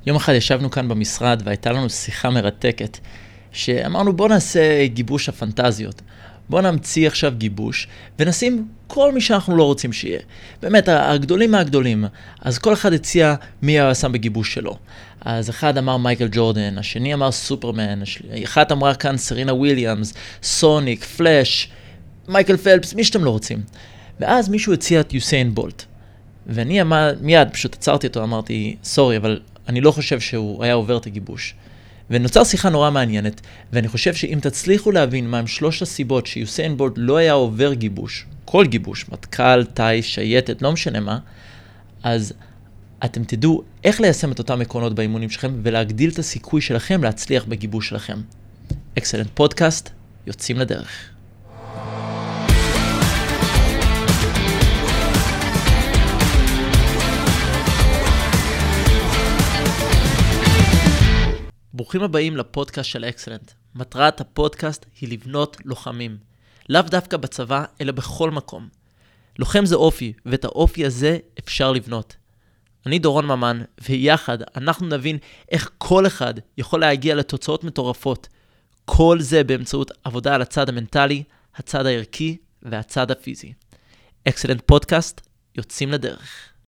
יום אחד ישבנו כאן במשרד והייתה לנו שיחה מרתקת, שאמרנו בוא נעשה גיבוש הפנטזיות. בוא נמציא עכשיו גיבוש ונשים כל מי שאנחנו לא רוצים שיהיה. באמת, הגדולים מהגדולים. אז כל אחד הציע מי היה שם בגיבוש שלו. אז אחד אמר מייקל ג'ורדן, השני אמר סופרמן, אחת אמרה כאן סרינה וויליאמס, סוניק, פלאש, מייקל פלפס, מי שאתם לא רוצים. ואז מישהו הציע את יוסיין בולט. ואני מיד פשוט עצרתי אותו, אמרתי, סורי, אבל אני לא חושב שהוא היה עובר את הגיבוש. ונוצר שיחה נורא מעניינת, ואני חושב שאם תצליחו להבין מהם 3 הסיבות שיוסיין בולט לא היה עובר גיבוש, כל גיבוש, מטכ"ל, טייס, שייטת, לא משנה מה, אז אתם תדעו איך ליישם את אותם עקרונות באימונים שלכם, ולהגדיל את הסיכוי שלכם להצליח בגיבוש שלכם. אקסלנט פודקאסט, יוצאים לדרך. ברוכים הבאים לפודקאסט של אקסלנט. מטרת הפודקאסט היא לבנות לוחמים. לאו דווקא בצבא, אלא בכל מקום. לוחם זה אופי, ואת האופי הזה אפשר לבנות. אני דורון ממן, ויחד אנחנו נבין איך כל אחד יכול להגיע לתוצאות מטורפות. כל זה באמצעות עבודה על הצד המנטלי, הצד הערכי והצד הפיזי. אקסלנט פודקאסט, יוצאים לדרך.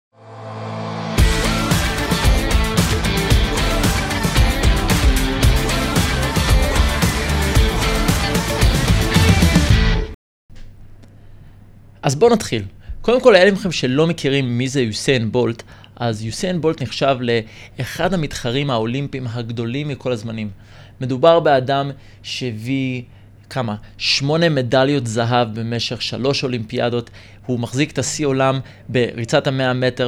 אז בואו נתחיל. קודם כל, אלה מכם שלא מכירים מי זה יוסיין בולט, אז יוסיין בולט נחשב לאחד המתחרים האולימפיים הגדולים מכל הזמנים. מדובר באדם שהביא 8 מדליות זהב במשך 3 אולימפיאדות. הוא מחזיק את השיא עולם בריצת ה-100 מטר,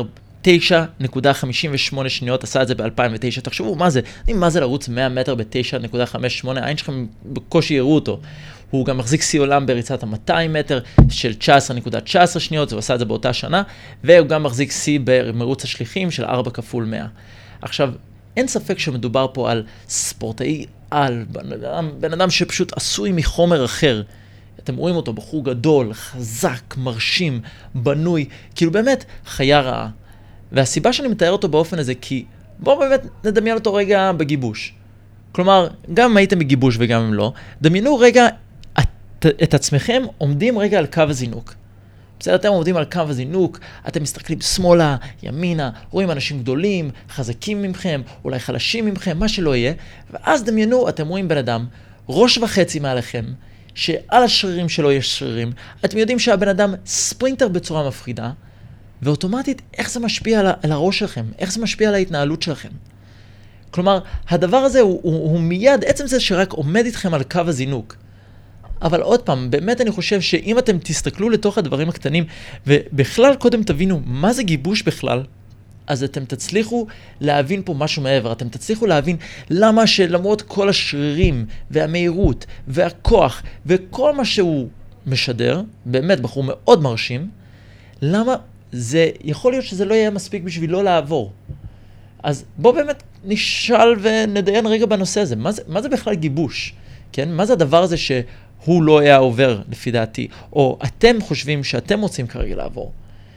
9.58 שניות, עשה את זה ב-2009. תחשבו, מה זה לרוץ 100 מטר ב-9.58? העין שלכם בקושי יראו אותו. הוא גם מחזיק שיא עולם בריצת ה-200 מטר של 19.19 שניות, הוא עשה את זה באותה שנה, והוא גם מחזיק שיא במרוץ השליחים של 4 כפול 100. עכשיו, אין ספק שמדובר פה על ספורטאי על, בן אדם שפשוט עשוי מחומר אחר. אתם רואים אותו, בחור גדול, חזק, מרשים, בנוי, כאילו באמת חיה רעה. והסיבה שאני מתאר אותו באופן הזה, כי בואו באמת נדמיין אותו רגע בגיבוש. כלומר, גם אם הייתם בגיבוש וגם אם לא, דמיינו רגע את עצמכם עומדים רגע על קו הזינוק. בסדר, אתם עומדים על קו הזינוק, אתם מסתכלים שמאלה, ימינה, רואים אנשים גדולים, חזקים ממכם, אולי חלשים ממכם, מה שלא יהיה, ואז דמיינו, אתם רואים בן אדם, ראש וחצי מעליכם, שעל השרירים שלו יש שרירים, אתם יודעים שהבן אדם ספרינטר בצורה מפחידה, ואוטומטית איך זה משפיע על הראש שלכם, איך זה משפיע על ההתנהלות שלכם. כלומר, הדבר הזה הוא מיד, עצם זה שרק עומד איתכם על קו הזינוק. אבל עוד פעם, באמת אני חושב שאם אתם תסתכלו לתוך הדברים הקטנים, ובכלל קודם תבינו מה זה גיבוש בכלל, אז אתם תצליחו להבין פה משהו מעבר. אתם תצליחו להבין למה שלמרות כל השרירים והמהירות והכוח וכל מה שהוא משדר, באמת בחור מאוד מרשים, למה זה יכול להיות שזה לא יהיה מספיק בשביל לא לעבור. אז בואו באמת נשאל ונדיין רגע בנושא הזה. מה זה בכלל גיבוש? כן? מה זה הדבר הזה שהוא לא היה עובר לפי דעתי? או אתם חושבים שאתם רוצים כרגע לעבור?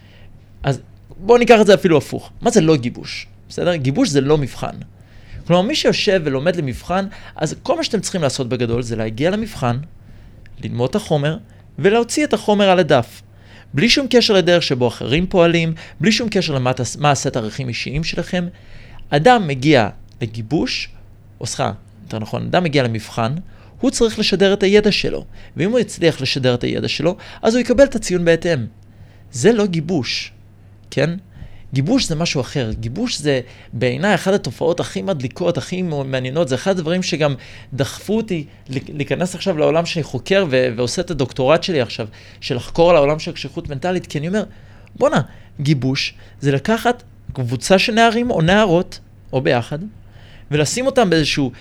אז בואו ניקח את זה אפילו הפוך. מה זה לא גיבוש? בסדר? גיבוש זה לא מבחן. כלומר, מי שיושב ולומד למבחן, אז כל מה שאתם צריכים לעשות בגדול זה להגיע למבחן, ללמוד את החומר ולהוציא את החומר על הדף. בלי שום קשר לדרך שבו אחרים פועלים, בלי שום קשר למה הסט ערכים אישיים שלכם. אדם מגיע לגיבוש, יותר נכון, אדם מגיע למבחן, הוא צריך לשדר את הידע שלו. ואם הוא יצליח לשדר את הידע שלו, אז הוא יקבל את הציון בהתאם. זה לא גיבוש, כן? גיבוש זה משהו אחר. גיבוש זה בעיניי אחת התופעות הכי מדליקות, הכי מעניינות. זה אחד הדברים שגם דחפו אותי להיכנס עכשיו לעולם שאני חוקר ועושה את הדוקטורט שלי עכשיו, של לחקור על העולם של קשיחות מנטלית, כי אני אומר, בוא'נה, גיבוש זה לקחת קבוצה של נערים או נערות, או ביחד, ולשים אותם באיזשהו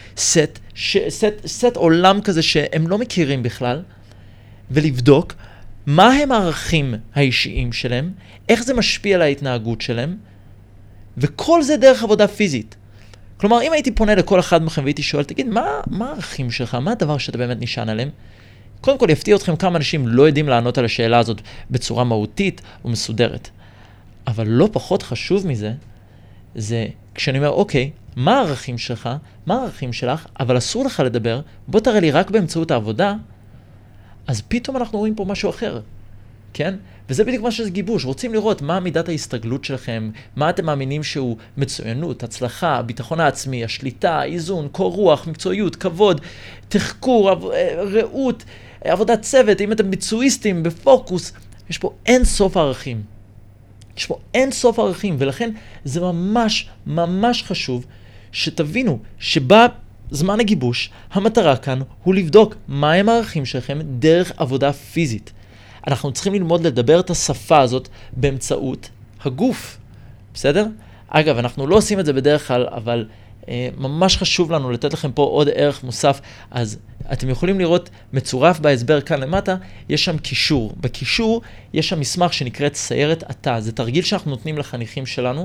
סט עולם כזה שהם לא מכירים בכלל, ולבדוק מה הם הערכים האישיים שלהם, איך זה משפיע על ההתנהגות שלהם, וכל זה דרך עבודה פיזית. כלומר, אם הייתי פונה לכל אחד מכם והייתי שואל, תגיד, מה הערכים שלך? מה הדבר שאתה באמת נשען עליהם? קודם כל, יפתיע אתכם כמה אנשים לא יודעים לענות על השאלה הזאת בצורה מהותית ומסודרת. אבל לא פחות חשוב מזה, זה כשאני אומר, אוקיי, מה הערכים שלך? מה הערכים שלך? אבל אסור לך לדבר, בוא תראה לי רק באמצעות העבודה, אז פתאום אנחנו רואים פה משהו אחר, כן? וזה בדיוק מה שזה גיבוש. רוצים לראות מה מידת ההסתגלות שלכם, מה אתם מאמינים שהוא מצוינות, הצלחה, ביטחון העצמי, השליטה, איזון, קור רוח, מקצועיות, כבוד, תחקור, ראות, עבודת צוות, אם אתם ביצועיסטים, בפוקוס, יש פה אין סוף ערכים. יש פה אין סוף ערכים, ולכן זה ממש ממש חשוב שתבינו שבזמן הגיבוש, המטרה כאן הוא לבדוק מהם הערכים שלכם דרך עבודה פיזית. אנחנו צריכים ללמוד לדבר את השפה הזאת באמצעות הגוף, בסדר? אגב, אנחנו לא עושים את זה בדרך כלל, אבל ממש חשוב לנו לתת לכם פה עוד ערך מוסף, אז אתם יכולים לראות מצורף בהסבר כאן למטה, יש שם קישור. בקישור יש שם מסמך שנקראת סיירת אתה, זה תרגיל שאנחנו נותנים לחניכים שלנו,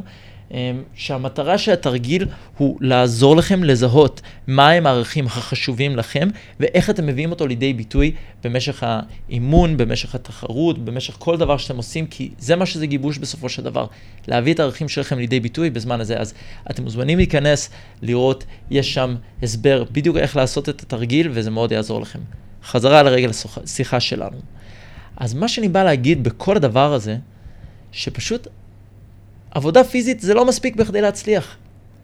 שהמטרה של התרגיל הוא לעזור לכם לזהות מהם הערכים החשובים לכם, ואיך אתם מביאים אותו לידי ביטוי במשך האימון, במשך התחרות, במשך כל דבר שאתם עושים, כי זה מה שזה גיבוש בסופו של דבר, להביא את הערכים שלכם לידי ביטוי בזמן הזה. אז אתם מוזמנים להיכנס, לראות, יש שם הסבר בדיוק איך לעשות את התרגיל, וזה מאוד יעזור לכם. חזרה לרגל השיחה שלנו. אז מה שאני בא להגיד בכל הדבר הזה, שפשוט עבודה פיזית זה לא מספיק בכדי להצליח.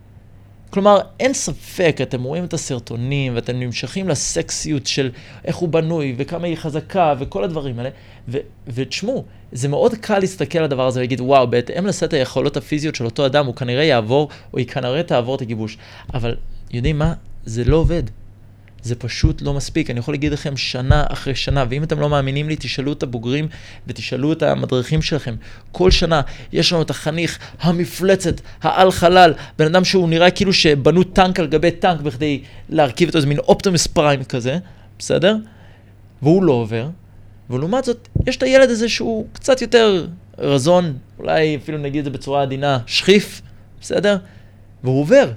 כלומר, אין ספק, אתם רואים את הסרטונים ואתם נמשכים לסקסיות של איך הוא בנוי וכמה היא חזקה וכל הדברים האלה. ותשמעו, זה מאוד קל להסתכל על הדבר הזה ולהגיד, וואו, בהתאם לסט היכולות הפיזיות של אותו אדם, הוא כנראה יעבור או היא כנראה תעבור את הגיבוש. אבל יודעים מה? זה לא עובד. זה פשוט לא מספיק. אני יכול להגיד לכם שנה אחרי שנה, ואם אתם לא מאמינים לי, תשאלו את הבוגרים ותשאלו את המדריכים שלכם. כל שנה יש לנו את החניך, המפלצת, העל חלל, בן אדם שהוא נראה כאילו שבנו טנק על גבי טנק בכדי להרכיב את איזה מין אופטימוס פריים כזה, בסדר? והוא לא עובר. ולעומת זאת, יש את הילד הזה שהוא קצת יותר רזון, אולי אפילו נגיד את זה בצורה עדינה, שחיף, בסדר? והוא עובר.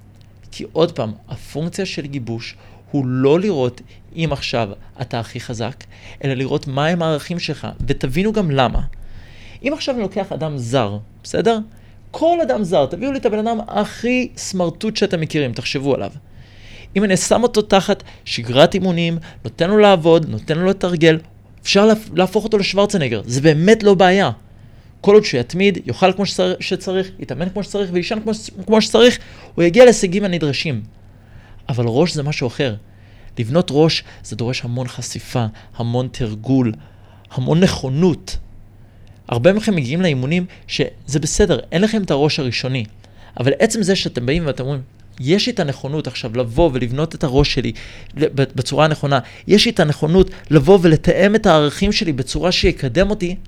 כי עוד פעם, הפונקציה של גיבוש הוא לא לראות אם עכשיו אתה הכי חזק, אלא לראות מהם הערכים שלך, ותבינו גם למה. אם עכשיו אני לוקח אדם זר, בסדר? כל אדם זר, תביאו לי את הבן אדם הכי סמרטוט שאתם מכירים, תחשבו עליו. אם אני שם אותו תחת שגרת אימונים, נותן לו לעבוד, נותן לו לתרגל, אפשר להפוך אותו לשוורצנגר, זה באמת לא בעיה. כל עוד שהוא יתמיד, יאכל כמו שצריך, יתאמן כמו שצריך וישן כמו שצריך, הוא יגיע להישגים הנדרשים. אבל ראש זה משהו אחר. לבנות ראש זה דורש המון חשיפה, המון תרגול, המון נכונות. הרבה מכם מגיעים לאימונים שזה בסדר, אין לכם את הראש הראשוני. אבל עצם זה שאתם באים ואתם אומרים, יש לי את הנכונות עכשיו לבוא ולבנות את הראש שלי בצורה הנכונה, יש לי את הנכונות לבוא ולתאם את הערכים שלי בצורה שיקדם אותי,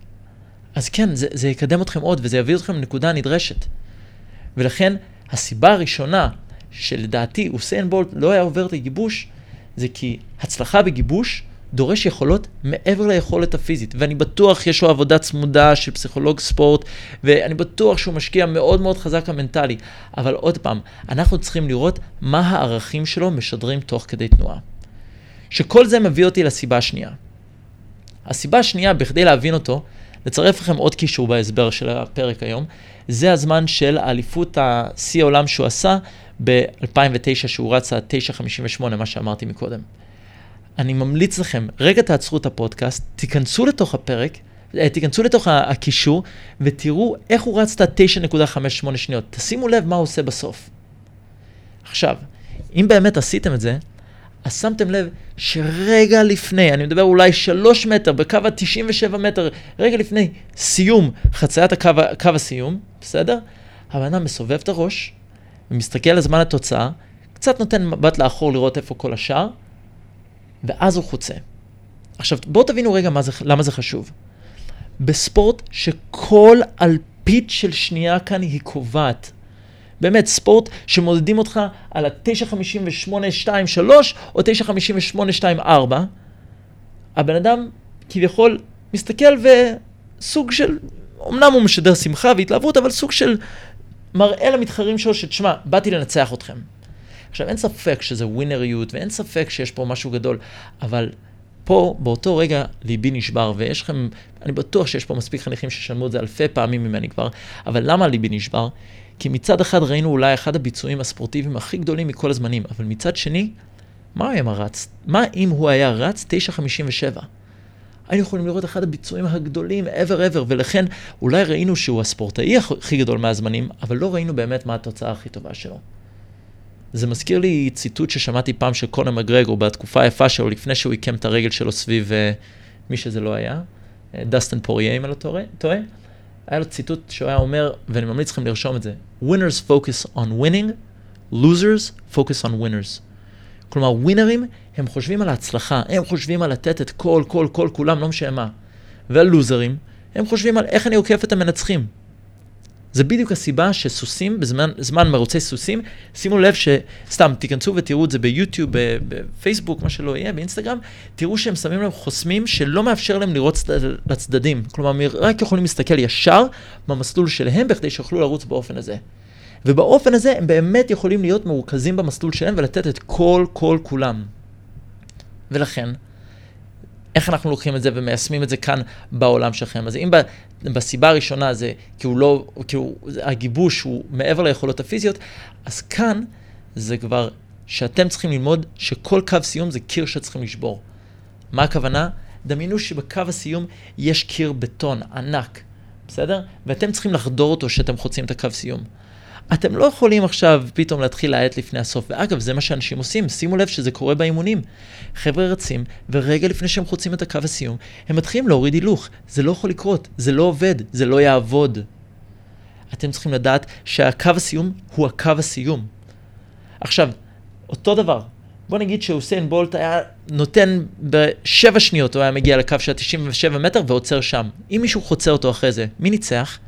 אז כן, זה יקדם אתכם עוד, וזה יביא אתכם לנקודה הנדרשת. ולכן, הסיבה הראשונה שלדעתי אוסיין בולט לא היה עובר את הגיבוש, זה כי הצלחה בגיבוש דורש יכולות מעבר ליכולת הפיזית. ואני בטוח יש לו עבודה צמודה של פסיכולוג ספורט, ואני בטוח שהוא משקיע מאוד מאוד חזק המנטלי. אבל עוד פעם, אנחנו צריכים לראות מה הערכים שלו משדרים תוך כדי תנועה. שכל זה מביא אותי לסיבה השנייה. הסיבה השנייה, בכדי להבין אותו, לצרף לכם עוד קישור בהסבר של הפרק היום, זה הזמן של האליפות השיא העולם שהוא עשה ב-2009, שהוא רץ ה-9:58, מה שאמרתי מקודם. אני ממליץ לכם, רגע תעצרו את הפודקאסט, תיכנסו לתוך הפרק, תיכנסו לתוך הקישור, ותראו איך הוא רץ את ה-9.58 שניות. תשימו לב מה הוא עושה בסוף. עכשיו, אם באמת עשיתם את זה, אז שמתם לב שרגע לפני, אני מדבר אולי 3 מטר, בקו ה-97 מטר, רגע לפני סיום, חציית קו הסיום, בסדר? הבן מסובב את הראש, ומסתכל על זמן התוצאה, קצת נותן מבט לאחור לראות איפה כל השאר, ואז הוא חוצה. עכשיו, בואו תבינו רגע למה זה חשוב. בספורט שכל אלפית של שנייה כאן היא קובעת. באמת, ספורט שמודדים אותך על ה-9:58.23 או 9:58.24, הבן אדם כביכול מסתכל וסוג של, אמנם הוא משדר שמחה והתלהבות, אבל סוג של מראה למתחרים שלו שתשמע, באתי לנצח אתכם. עכשיו, אין ספק שזה ווינריות, ואין ספק שיש פה משהו גדול, אבל פה, באותו רגע, ליבי נשבר, ויש לכם, אני בטוח שיש פה מספיק חניכים ששלמו את זה אלפי פעמים ממני כבר, אבל למה ליבי נשבר? כי מצד אחד ראינו אולי אחד הביצועים הספורטיביים הכי גדולים מכל הזמנים, אבל מצד שני, מה היה רץ? מה אם הוא היה רץ 9:57? היינו יכולים לראות אחד הביצועים הגדולים ever, ולכן אולי ראינו שהוא הספורטאי הכי גדול מהזמנים, אבל לא ראינו באמת מה התוצאה הכי טובה שלו. זה מזכיר לי ציטוט ששמעתי פעם של קונר מקגרגור בתקופה היפה שלו, לפני שהוא עיקם את הרגל שלו סביב מי שזה לא היה, דסטין פוריה, אם אני לא טועה. היה לו ציטוט שהוא היה אומר, ואני ממליץ לכם לרשום את זה, Winners focus on winning, losers focus on winners. כלומר, ווינרים הם חושבים על ההצלחה, הם חושבים על לתת את כל, כולם, לא משנה מה. והלוזרים, הם חושבים על איך אני עוקף את המנצחים. זה בדיוק הסיבה שסוסים, בזמן מרוצי סוסים, שימו לב שסתם, תיכנסו ותראו את זה ביוטיוב, בפייסבוק, מה שלא יהיה, באינסטגרם, תראו שהם שמים להם חוסמים שלא מאפשר להם לראות לצדדים. כלומר, הם רק יכולים להסתכל ישר במסלול שלהם, בכדי שיוכלו לרוץ באופן הזה. ובאופן הזה הם באמת יכולים להיות מורכזים במסלול שלהם ולתת את כל כולם. ולכן, איך אנחנו לוקחים את זה ומיישמים את זה כאן בעולם שלכם? אז אם בסיבה הראשונה זה כי הגיבוש הוא מעבר ליכולות הפיזיות, אז כאן זה כבר שאתם צריכים ללמוד שכל קו סיום זה קיר שצריכים לשבור. מה הכוונה? דמיינו שבקו הסיום יש קיר בטון ענק, בסדר? ואתם צריכים לחדור אותו שאתם חוצים את הקו סיום. אתם לא יכולים עכשיו פתאום להתחיל להאט לפני הסוף, ואגב, זה מה שאנשים עושים, שימו לב שזה קורה באימונים. חבר'ה רצים, ורגע לפני שהם חוצים את הקו הסיום, הם מתחילים להוריד הילוך. זה לא יכול לקרות, זה לא עובד, זה לא יעבוד. אתם צריכים לדעת שהקו הסיום הוא הקו הסיום. עכשיו, אותו דבר, בוא נגיד שאוסיין בולט היה נותן ב7 שניות, הוא היה מגיע לקו של 97 מטר ועוצר שם. אם מישהו חוצה אותו אחרי זה, מי ניצח?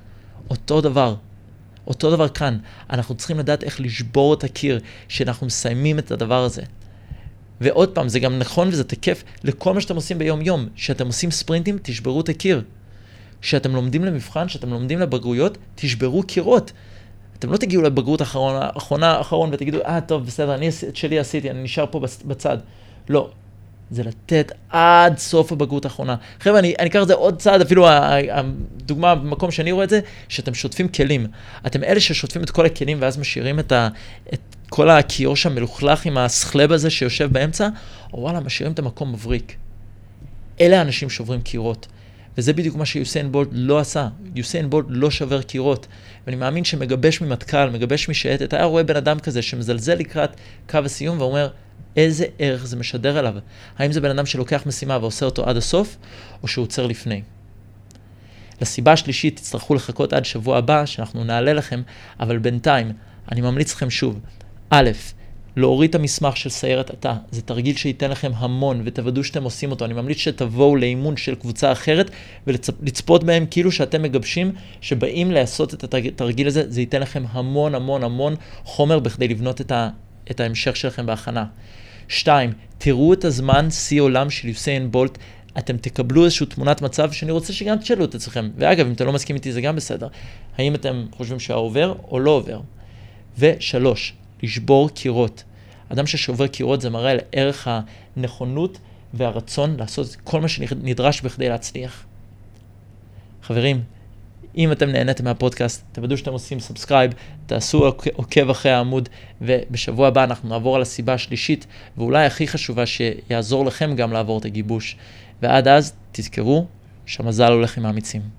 אותו דבר כאן, אנחנו צריכים לדעת איך לשבור את הקיר, שאנחנו מסיימים את הדבר הזה. ועוד פעם, זה גם נכון וזה תקף לכל מה שאתם עושים ביום יום. שאתם עושים ספרינטים, תשברו את הקיר. שאתם לומדים למבחן, שאתם לומדים לבגרויות, תשברו קירות. אתם לא תגיעו לבגרות האחרון ותגידו, טוב, בסדר, אני את שלי עשיתי, אני נשאר פה בצד. לא. זה לתת עד סוף הבגרות האחרונה. חבר'ה, אני אקח את זה עוד צעד, אפילו הדוגמה במקום שאני רואה את זה, שאתם שוטפים כלים. אתם אלה ששוטפים את כל הכלים, ואז משאירים את כל הכיור שם מלוכלך עם הסחלב הזה שיושב באמצע, או וואלה, משאירים את המקום מבריק. אלה האנשים שוברים קירות. וזה בדיוק מה שיוסיין בולט לא עשה. יוסיין בולט לא שבר קירות. ואני מאמין שמגבש ממטכ"ל, מגבש משייטת, היה רואה בן אדם כזה שמזלזל לקראת קו הסיום ואומר, איזה ערך זה משדר אליו? האם זה בן אדם שלוקח משימה ועושה אותו עד הסוף, או שהוא עוצר לפני? לסיבה השלישית תצטרכו לחכות עד שבוע הבא, שאנחנו נעלה לכם, אבל בינתיים, אני ממליץ לכם שוב, א', להוריד את המסמך של סיירת התא, זה תרגיל שייתן לכם המון, ותוודאו שאתם עושים אותו. אני ממליץ שתבואו לאימון של קבוצה אחרת, ולצפות בהם כאילו שאתם מגבשים, שבאים לעשות את התרגיל הזה, זה ייתן לכם המון חומר, בכדי לבנות את ההמשך שלכם בהכנה. 2, תראו את הזמן שיא עולם של יוסיין בולט, אתם תקבלו איזושהי תמונת מצב שאני רוצה שגם תשאלו את עצמכם. ואגב, אם אתם לא מסכים איתי זה גם בסדר. האם אתם חושבים שהוא עובר או לא עובר? ו3, לשבור קירות. אדם ששובר קירות זה מראה על ערך הנכונות והרצון לעשות כל מה שנדרש בכדי להצליח. חברים, אם אתם נהניתם מהפודקאסט, תוודאו שאתם עושים סאבסקרייב, תעשו עוקב אחרי העמוד, ובשבוע הבא אנחנו נעבור על הסיבה השלישית, ואולי הכי חשובה שיעזור לכם גם לעבור את הגיבוש. ועד אז, תזכרו שהמזל הולך עם האמיצים.